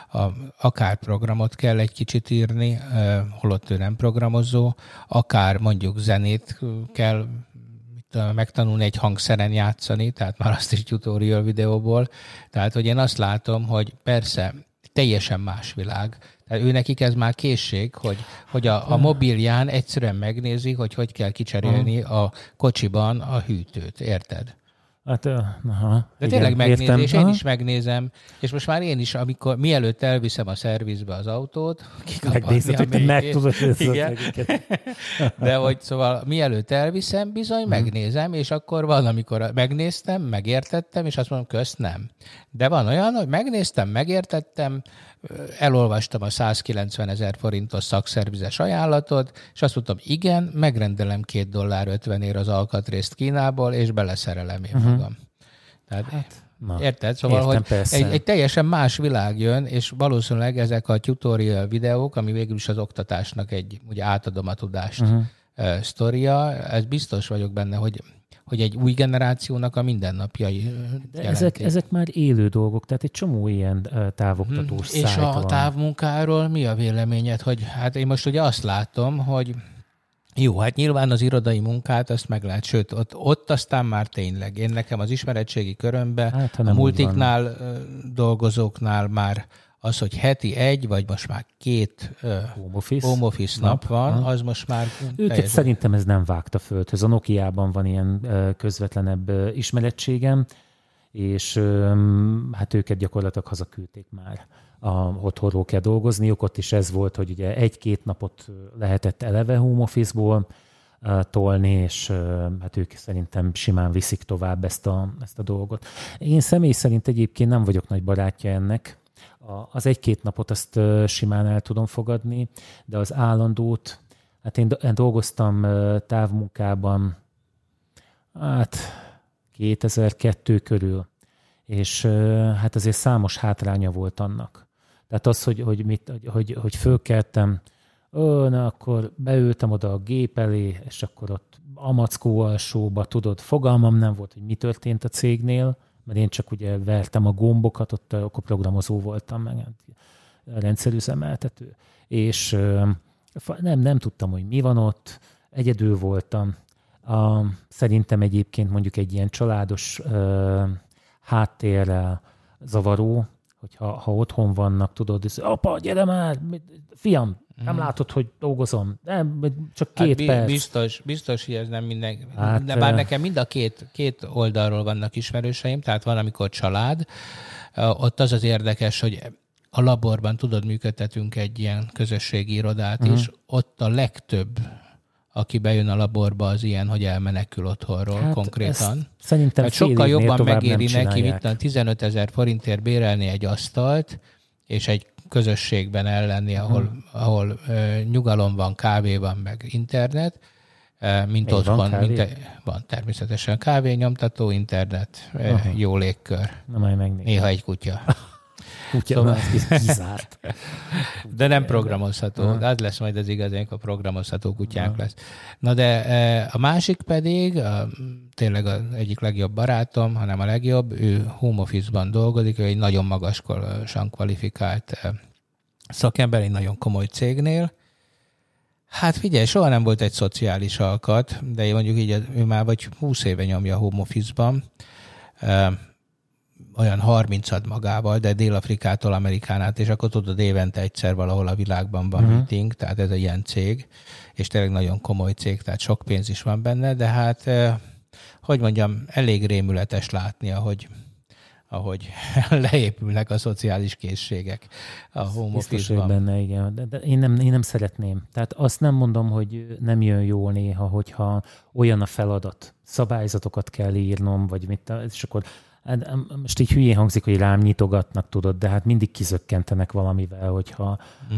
akár programot kell egy kicsit írni, holott ő nem programozó, akár mondjuk zenét kell megtanulni egy hangszeren játszani, tehát már azt is tutorial videóból. Tehát, hogy én azt látom, hogy persze teljesen más világ. Tehát ő nekik ez már készség, hogy a mobilján egyszerűen megnézi, hogy kell kicserélni a kocsiban a hűtőt. Érted? Hát, de tényleg megnézi, és én is megnézem, és most már én is, mielőtt elviszem a szervizbe az autót, megnézed, hogy te meg tudod. Igen. De hogy szóval mielőtt elviszem, bizony megnézem, és akkor van, amikor megnéztem, megértettem, és azt mondom, kösz, nem. De van olyan, hogy megnéztem, megértettem, elolvastam a 190 000 forintos szakszervizes ajánlatot, és azt mondtam, igen, megrendelem $2.50 az alkatrészt Kínából, és beleszerelem én magam. Tehát, érted? Szóval, értem, hogy egy teljesen más világ jön, és valószínűleg ezek a tutorial videók, ami végül is az oktatásnak ugye átadom a tudást sztoria, ez biztos vagyok benne, hogy egy új generációnak a mindennapjai ezek már élő dolgok, tehát egy csomó ilyen távoktatós szájt és a távmunkáról mi a véleményed? Hogy hát én most ugye azt látom, hogy jó, hát nyilván az irodai munkát azt meg lehet, sőt, ott aztán már tényleg. Én nekem az ismeretségi körömben, a multiknál dolgozóknál már az, hogy heti 1, vagy most már 2 home office nap van, az most már... Őket szerintem ez nem vágta földhöz. A Nokiában van ilyen közvetlenebb ismerettségem, és hát őket gyakorlatilag hazaküldték már. Otthonról kell dolgozniuk, ott is ez volt, hogy ugye 1-2 napot lehetett eleve home office-ból tolni, és hát ők szerintem simán viszik tovább ezt a dolgot. Én személy szerint egyébként nem vagyok nagy barátja ennek. Az 1-2 napot azt simán el tudom fogadni, de az állandót, hát én dolgoztam távmunkában, 2002 körül, és hát azért számos hátránya volt annak. Tehát az, hogy fölkeltem, akkor beültem oda a gép elé, és akkor ott a mackó alsóba, tudod, fogalmam nem volt, hogy mi történt a cégnél, mert én csak ugye vertem a gombokat, ott akkor programozó voltam, meg rendszerüzemeltető, és nem tudtam, hogy mi van ott, egyedül voltam. Szerintem egyébként mondjuk egy ilyen családos háttérrel zavaró, hogyha otthon vannak, tudod, és apa, gyere már, fiam, nem látod, hogy dolgozom, nem, csak 2 perc. Biztos, hogy ez nem minden. De bár nekem mind a két oldalról vannak ismerőseim, tehát van, amikor család, ott az érdekes, hogy a laborban, tudod, működtetünk egy ilyen közösségi irodát is, ott a legtöbb, aki bejön a laborba, az ilyen, hogy elmenekül otthonról konkrétan. Szerintem sokkal jobban megéri neki, mint 15 000 forintért bérelni egy asztalt, és egy közösségben ellenni, ahol nyugalom van, kávé van, meg internet, mint otthon. Van természetesen kávé, nyomtató, internet, jó légkör. Néha egy kutya. Szóval... kizárt. De nem programozható. Az lesz majd az igaz, amikor programozható kutyánk lesz. Na de a másik pedig, tényleg az egyik legjobb barátom, hanem a legjobb, ő home office-ban dolgozik, ő egy nagyon magasan kvalifikált szakember, egy nagyon komoly cégnél. Hát figyelj, soha nem volt egy szociális alkat, de mondjuk így ő már vagy 20 éve nyomja a home office-ban, olyan 30 ad magával, de Dél-Afrikától Amerikán át, és akkor tudod, évente egyszer valahol a világban van meeting, tehát ez egy ilyen cég, és tényleg nagyon komoly cég, tehát sok pénz is van benne, de hát, hogy mondjam, elég rémületes látni, ahogy leépülnek a szociális készségek a home office-ban. Benne, igen. De én nem szeretném. Tehát azt nem mondom, hogy nem jön jól néha, hogyha olyan a feladat, szabályzatokat kell írnom, vagy mit, és akkor most így hülyén hangzik, hogy rám nyitogatnak, tudod, de hát mindig kizökkentenek valamivel, hogyha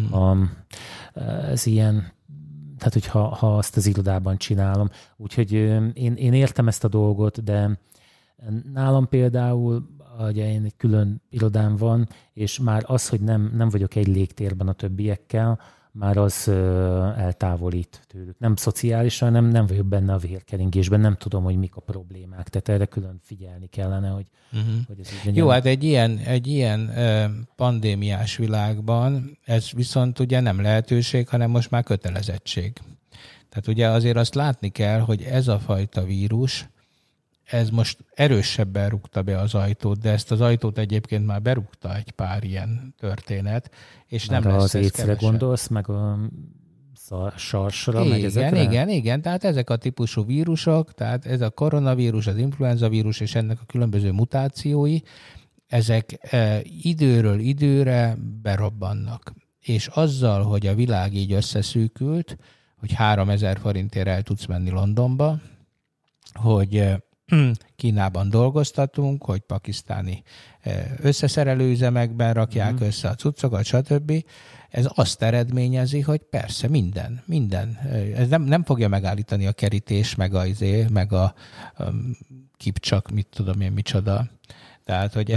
ez ilyen, tehát hogyha azt az irodában csinálom. Úgyhogy én értem ezt a dolgot, de nálam például, ugye én egy külön irodám van, és már az, hogy nem vagyok egy légtérben a többiekkel, már az eltávolít tőlük. Nem szociálisan, nem vagyok benne a vérkeringésben, nem tudom, hogy mik a problémák. Tehát erre külön figyelni kellene, hogy ez így legyen. Jó, hát egy ilyen pandémiás világban ez viszont ugye nem lehetőség, hanem most már kötelezettség. Tehát ugye azért azt látni kell, hogy ez a fajta vírus, ez most erősebben rúgta be az ajtót, de ezt az ajtót egyébként már berúgta egy pár ilyen történet, és már nem lesz az écre gondolsz, meg a sarsra, igen, meg ezekre? Igen, tehát ezek a típusú vírusok, tehát ez a koronavírus, az influenzavírus és ennek a különböző mutációi, ezek időről időre berobbannak. És azzal, hogy a világ így összeszűkült, hogy 3000 forintért el tudsz menni Londonba, hogy Kínában dolgoztatunk, hogy pakisztáni összeszerelő üzemekben rakják össze a cuccokat, stb. Ez azt eredményezi, hogy persze minden. Ez nem fogja megállítani a kerítés, meg a kipcsak, mit tudom én, micsoda. Tehát, hogy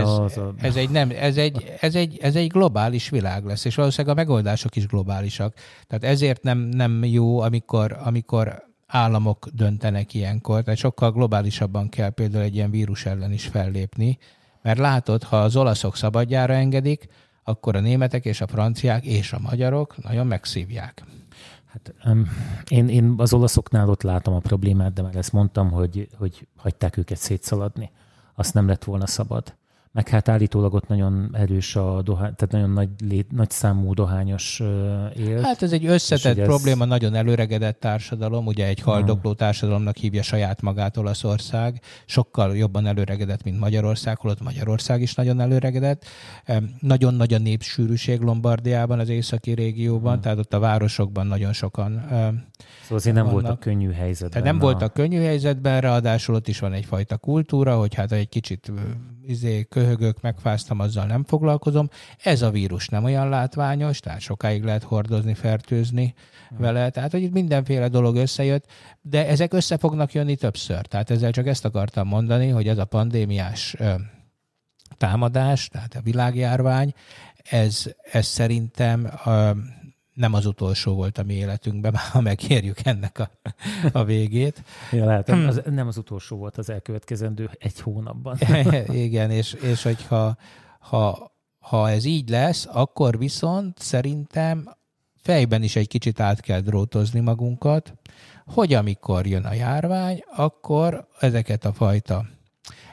ez egy globális világ lesz, és valószínűleg a megoldások is globálisak. Tehát ezért nem jó, amikor államok döntenek ilyenkor, tehát sokkal globálisabban kell például egy ilyen vírus ellen is fellépni, mert látod, ha az olaszok szabadjára engedik, akkor a németek és a franciák és a magyarok nagyon megszívják. Hát, én az olaszoknál ott látom a problémát, de már ezt mondtam, hogy hagyták őket szétszaladni. Azt nem lett volna szabad. Meg hát állítólag ott nagyon erős a dohány, tehát nagyon nagy számú dohányos él. Hát ez egy összetett probléma, nagyon előregedett társadalom, ugye egy haldokló társadalomnak hívja saját magát Olaszország, sokkal jobban előregedett, mint Magyarország, holott Magyarország is nagyon előregedett. Nagyon nagy a népsűrűség Lombardiában, az északi régióban, tehát ott a városokban nagyon sokan szóval azért nem voltak könnyű helyzetben. Tehát nem voltak könnyű helyzetben, ráadásul ott is van egyfajta kultúra, hogy hát egy kicsit köhögök, megfáztam, azzal nem foglalkozom. Ez a vírus nem olyan látványos, tehát sokáig lehet hordozni, fertőzni vele. Tehát, hogy itt mindenféle dolog összejött, de ezek össze fognak jönni többször. Tehát ezzel csak ezt akartam mondani, hogy ez a pandémiás támadás, tehát a világjárvány, ez szerintem nem az utolsó volt a mi életünkben, ha megérjük ennek a végét. Ja, lehet, nem az utolsó volt az elkövetkezendő 1 hónapban. Igen, és hogyha ha ez így lesz, akkor viszont szerintem fejben is egy kicsit át kell drótozni magunkat, hogy amikor jön a járvány, akkor ezeket a fajta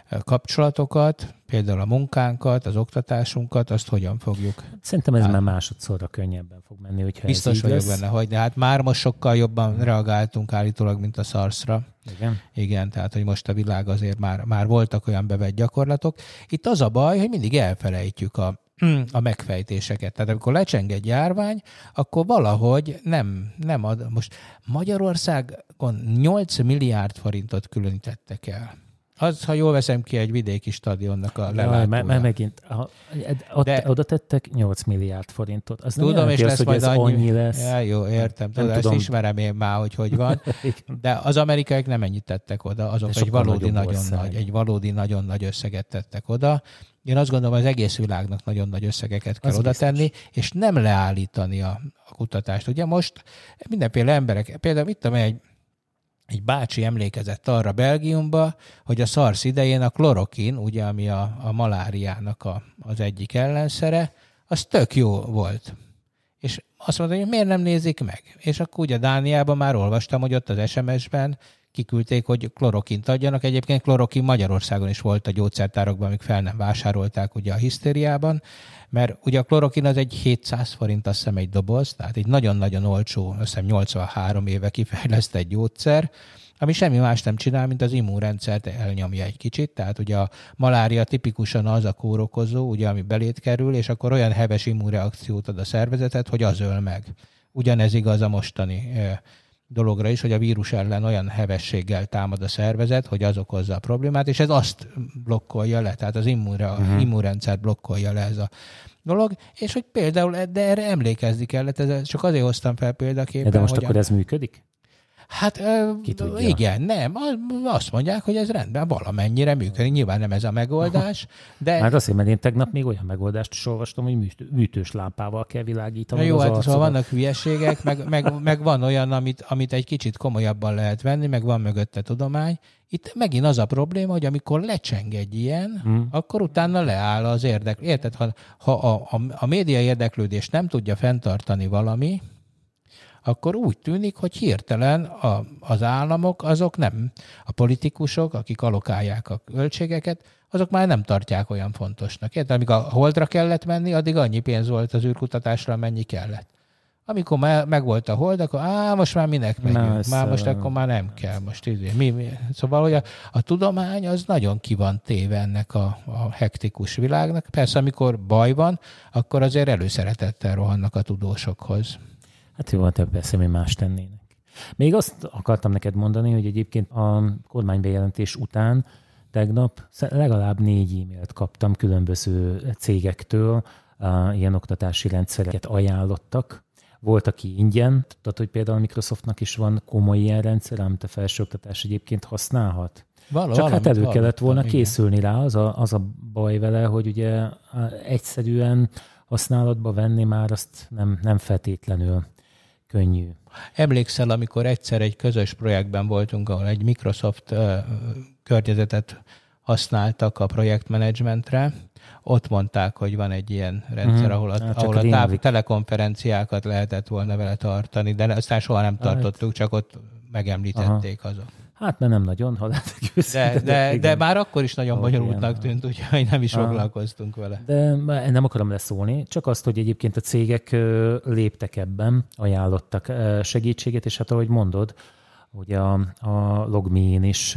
kapcsolatokat, például a munkánkat, az oktatásunkat, azt hogyan fogjuk? Szerintem ez már másodszorra könnyebben fog menni, hogyha biztos ez így vagyok lesz. benne, hogy de hát már most sokkal jobban reagáltunk állítólag, mint a SARS-ra. Igen? Igen, tehát hogy most a világ azért már voltak olyan bevett gyakorlatok. Itt az a baj, hogy mindig elfelejtjük a megfejtéseket. Tehát amikor lecseng egy járvány, akkor valahogy nem ad. Most Magyarországon 8 milliárd forintot különítettek el. Az, ha jól veszem ki, egy vidéki stadionnak a lelátója. Mert megint oda tettek 8 milliárd forintot. Az tudom, nem és lesz hogy majd annyi lesz. Ja, jó, értem. Tudom, ezt ismerem én már, hogy van. De az amerikaiak nem ennyit tettek oda. Azok egy valódi nagyon nagy összeget tettek oda. Én azt gondolom, az egész világnak nagyon nagy összegeket kell oda tenni, és nem leállítani a kutatást. Ugye most mindenféle emberek, például mit tudom, egy bácsi emlékezett arra Belgiumba, hogy a SARS idején a klorokin, ugye, ami a maláriának az egyik ellenszere, az tök jó volt. És azt mondta, hogy miért nem nézik meg? És akkor ugye Dániában már olvastam, hogy ott az SMS-ben kiküldték, hogy klorokint adjanak. Egyébként klorokin Magyarországon is volt a gyógyszertárakban, amíg fel nem vásárolták ugye a hisztériában, mert ugye a klorokin az egy 700 forint, azt hiszem, egy doboz, tehát egy nagyon-nagyon olcsó, azt hiszem 83 éve kifejlesztett gyógyszer, ami semmi más nem csinál, mint az immunrendszert elnyomja egy kicsit. Tehát ugye a malária tipikusan az a kórokozó, ugye, ami belét kerül, és akkor olyan heves immunreakciót ad a szervezetet, hogy az öl meg. Ugyanez igaz a mostani dologra is, hogy a vírus ellen olyan hevességgel támad a szervezet, hogy az okozza a problémát, és ez azt blokkolja le, tehát az immunrendszert blokkolja le ez a dolog, és hogy például, de erre emlékezni kellett, csak azért hoztam fel példaképpen. De most akkor ez működik? Hát igen, nem. Azt mondják, hogy ez rendben valamennyire működik. Nyilván nem ez a megoldás, de... Már azért, mert én tegnap még olyan megoldást is olvastam, hogy műtős lámpával kell világítani. Jó, hát szóval vannak hülyeségek, meg van olyan, amit egy kicsit komolyabban lehet venni, meg van mögötte tudomány. Itt megint az a probléma, hogy amikor lecseng egy ilyen, akkor utána leáll az érdeklődés. Érted, ha a média érdeklődést nem tudja fenntartani valami, akkor úgy tűnik, hogy hirtelen az államok, azok nem, a politikusok, akik allokálják a költségeket, azok már nem tartják olyan fontosnak. Érted? Amíg a Holdra kellett menni, addig annyi pénz volt az űrkutatásra, mennyi kellett. Amikor megvolt a Hold, akkor most már minek megyünk? Már most akkor már nem kell. Most Szóval, hogy a tudomány az nagyon ki van téve ennek a hektikus világnak. Persze, amikor baj van, akkor azért előszeretettel rohannak a tudósokhoz. Hát jó, hát persze mi más tennének. Még azt akartam neked mondani, hogy egyébként a kormánybejelentés után tegnap legalább 4 e-mailt kaptam különböző cégektől, ilyen oktatási rendszereket ajánlottak. Volt, aki ingyen, tudod, hogy például a Microsoftnak is van komoly ilyen rendszer, amit a felsőoktatás egyébként használhat. Csak hát elő kellett volna készülni rá, az a baj vele, hogy ugye egyszerűen használatba venni már azt nem feltétlenül könnyű. Emlékszel, amikor egyszer egy közös projektben voltunk, ahol egy Microsoft környezetet használtak a projektmenedzsmentre, ott mondták, hogy van egy ilyen rendszer, ahol a telekonferenciákat lehetett volna vele tartani, de aztán soha nem tartottuk, csak ott megemlítették azok. Hát mert nem nagyon, ha lehet de már akkor is nagyon bonyolultnak tűnt, úgyhogy nem is foglalkoztunk vele. De nem akarom leszólni, csak azt, hogy egyébként a cégek léptek ebben, ajánlottak segítséget, és hát ahogy mondod, hogy a LogMeIn is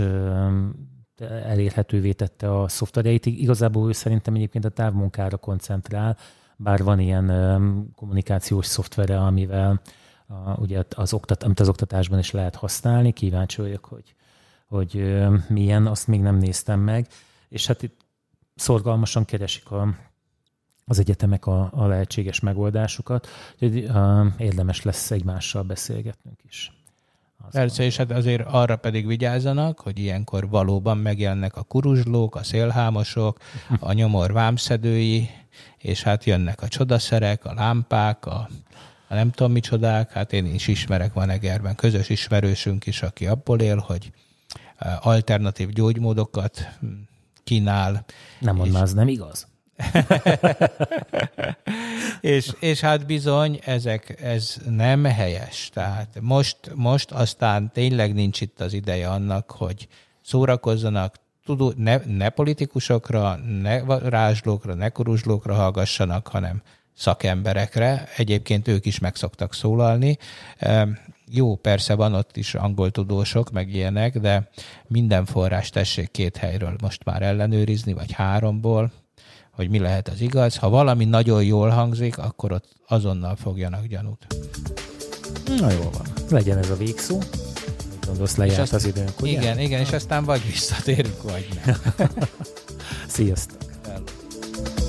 elérhetővé tette a szoftvereit. Igazából ő szerintem egyébként a távmunkára koncentrál, bár van ilyen kommunikációs szoftvere, amivel ugye amit az oktatásban is lehet használni. Kíváncsi vagyok, hogy milyen, azt még nem néztem meg. És hát itt szorgalmasan keresik az egyetemek a lehetséges megoldásokat. Úgyhogy érdemes lesz egymással beszélgetnünk is. Persze, és hát azért arra pedig vigyázzanak, hogy ilyenkor valóban megjelennek a kuruzslók, a szélhámosok, a nyomor vámszedői, és hát jönnek a csodaszerek, a lámpák, a nem tudom micsodák, hát én is ismerek van Egerben, közös ismerősünk is, aki abból él, hogy alternatív gyógymódokat kínál. Nem mondd, az nem igaz. és hát bizony, ez nem helyes. Tehát most aztán tényleg nincs itt az ideje annak, hogy szórakozzanak, ne politikusokra, ne rázslókra, ne kuruzslókra hallgassanak, hanem szakemberekre. Egyébként ők is meg szoktak szólalni. Jó, persze van ott is angol tudósok, meg ilyenek, de minden forrás tessék 2 helyről most már ellenőrizni, vagy 3-ból, hogy mi lehet az igaz. Ha valami nagyon jól hangzik, akkor ott azonnal fogjanak gyanút. Na jól van. Legyen ez a végszó. Gondolsz, lejárt az időnk, ugye? Igen, és aztán vagy visszatérünk, vagy nem. Sziasztok!